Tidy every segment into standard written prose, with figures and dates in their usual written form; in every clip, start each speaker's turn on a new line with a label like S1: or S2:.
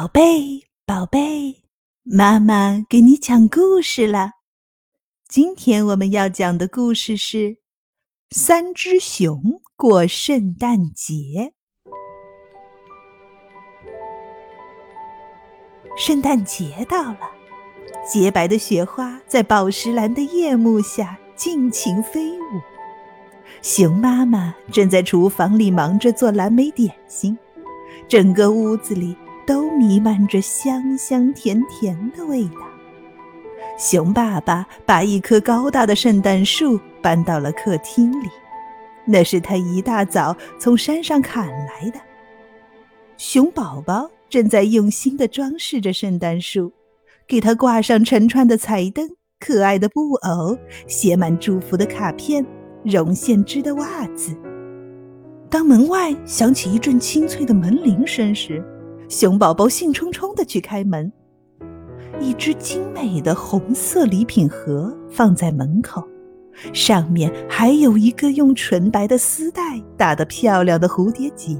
S1: 宝贝，宝贝，妈妈给你讲故事了。今天我们要讲的故事是三只熊过圣诞节。圣诞节到了，洁白的雪花在宝石蓝的夜幕下尽情飞舞。熊妈妈正在厨房里忙着做蓝莓点心，整个屋子里都弥漫着香香甜甜的味道。熊爸爸把一棵高大的圣诞树搬到了客厅里，那是他一大早从山上砍来的。熊宝宝正在用心地装饰着圣诞树，给它挂上成串的彩灯、可爱的布偶、写满祝福的卡片、绒线织的袜子。当门外响起一阵清脆的门铃声时，熊宝宝兴冲冲地去开门。一只精美的红色礼品盒放在门口，上面还有一个用纯白的丝带打得漂亮的蝴蝶结。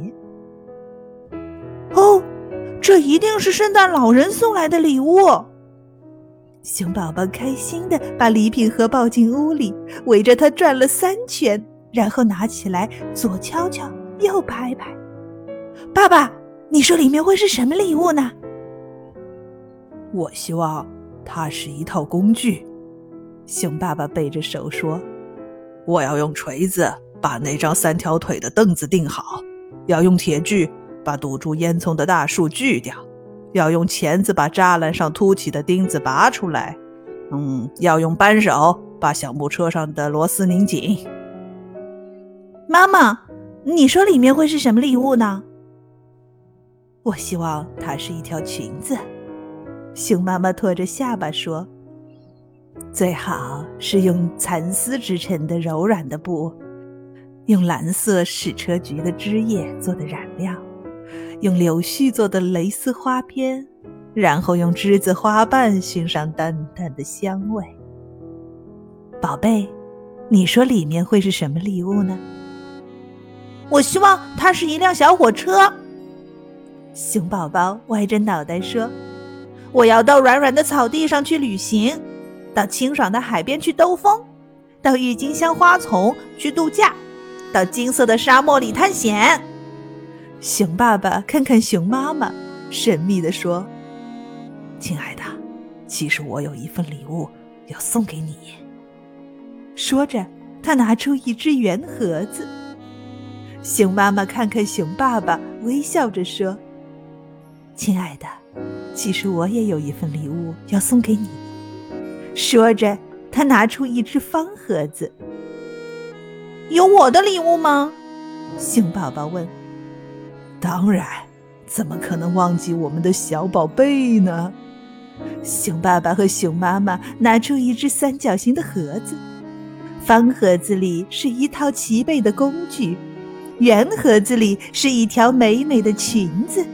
S1: 哦，这一定是圣诞老人送来的礼物！熊宝宝开心地把礼品盒抱进屋里，围着它转了3圈，然后拿起来左敲敲右拍拍。爸爸，你说里面会是什么礼物呢？
S2: 我希望它是一套工具。熊爸爸背着手说，我要用锤子把那张3条腿的凳子钉好，要用铁锯把堵住烟囱的大树锯掉，要用钳子把栅栏上凸起的钉子拔出来，要用扳手把小木车上的螺丝拧紧。
S1: 妈妈，你说里面会是什么礼物呢？
S2: 我希望它是一条裙子。熊妈妈拖着下巴说，最好是用蚕丝织成的柔软的布，用蓝色矢车菊的枝叶做的染料，用柳絮做的蕾丝花边，然后用栀子花瓣熏上淡淡的香味。宝贝，你说里面会是什么礼物呢？
S1: 我希望它是一辆小火车。
S2: 熊宝宝歪着脑袋说，
S1: 我要到软软的草地上去旅行，到清爽的海边去兜风，到郁金香花丛去度假，到金色的沙漠里探险。
S2: 熊爸爸看看熊妈妈，神秘地说，亲爱的，其实我有一份礼物要送给你。说着，他拿出一只圆盒子。熊妈妈看看熊爸爸，微笑着说，亲爱的，其实我也有一份礼物要送给你。说着，他拿出一只方盒子。
S1: 有我的礼物吗？
S2: 熊宝宝问。当然，怎么可能忘记我们的小宝贝呢？熊爸爸和熊妈妈拿出一只3角形的盒子，方盒子里是一套齐备的工具，圆盒子里是一条美美的裙子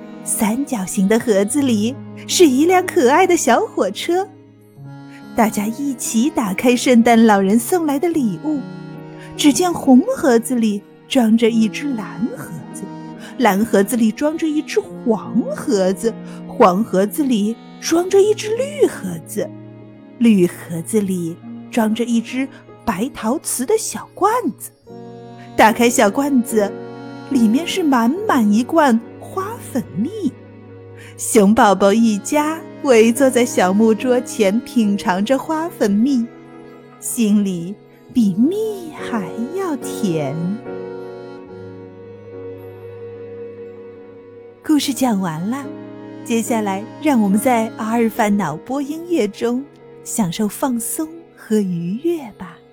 S2: ，3角形的盒子里是一辆可爱的小火车。大家一起打开圣诞老人送来的礼物，只见红盒子里装着一只蓝盒子，蓝盒子里装着一只黄盒子，黄盒子里装着一只绿盒子，绿盒子里装着一只白陶瓷的小罐子。打开小罐子，里面是满满一罐花粉蜜。熊宝宝一家围坐在小木桌前，品尝着花粉蜜，心里比蜜还要甜。故事讲完了，接下来让我们在阿尔法脑波音乐中享受放松和愉悦吧。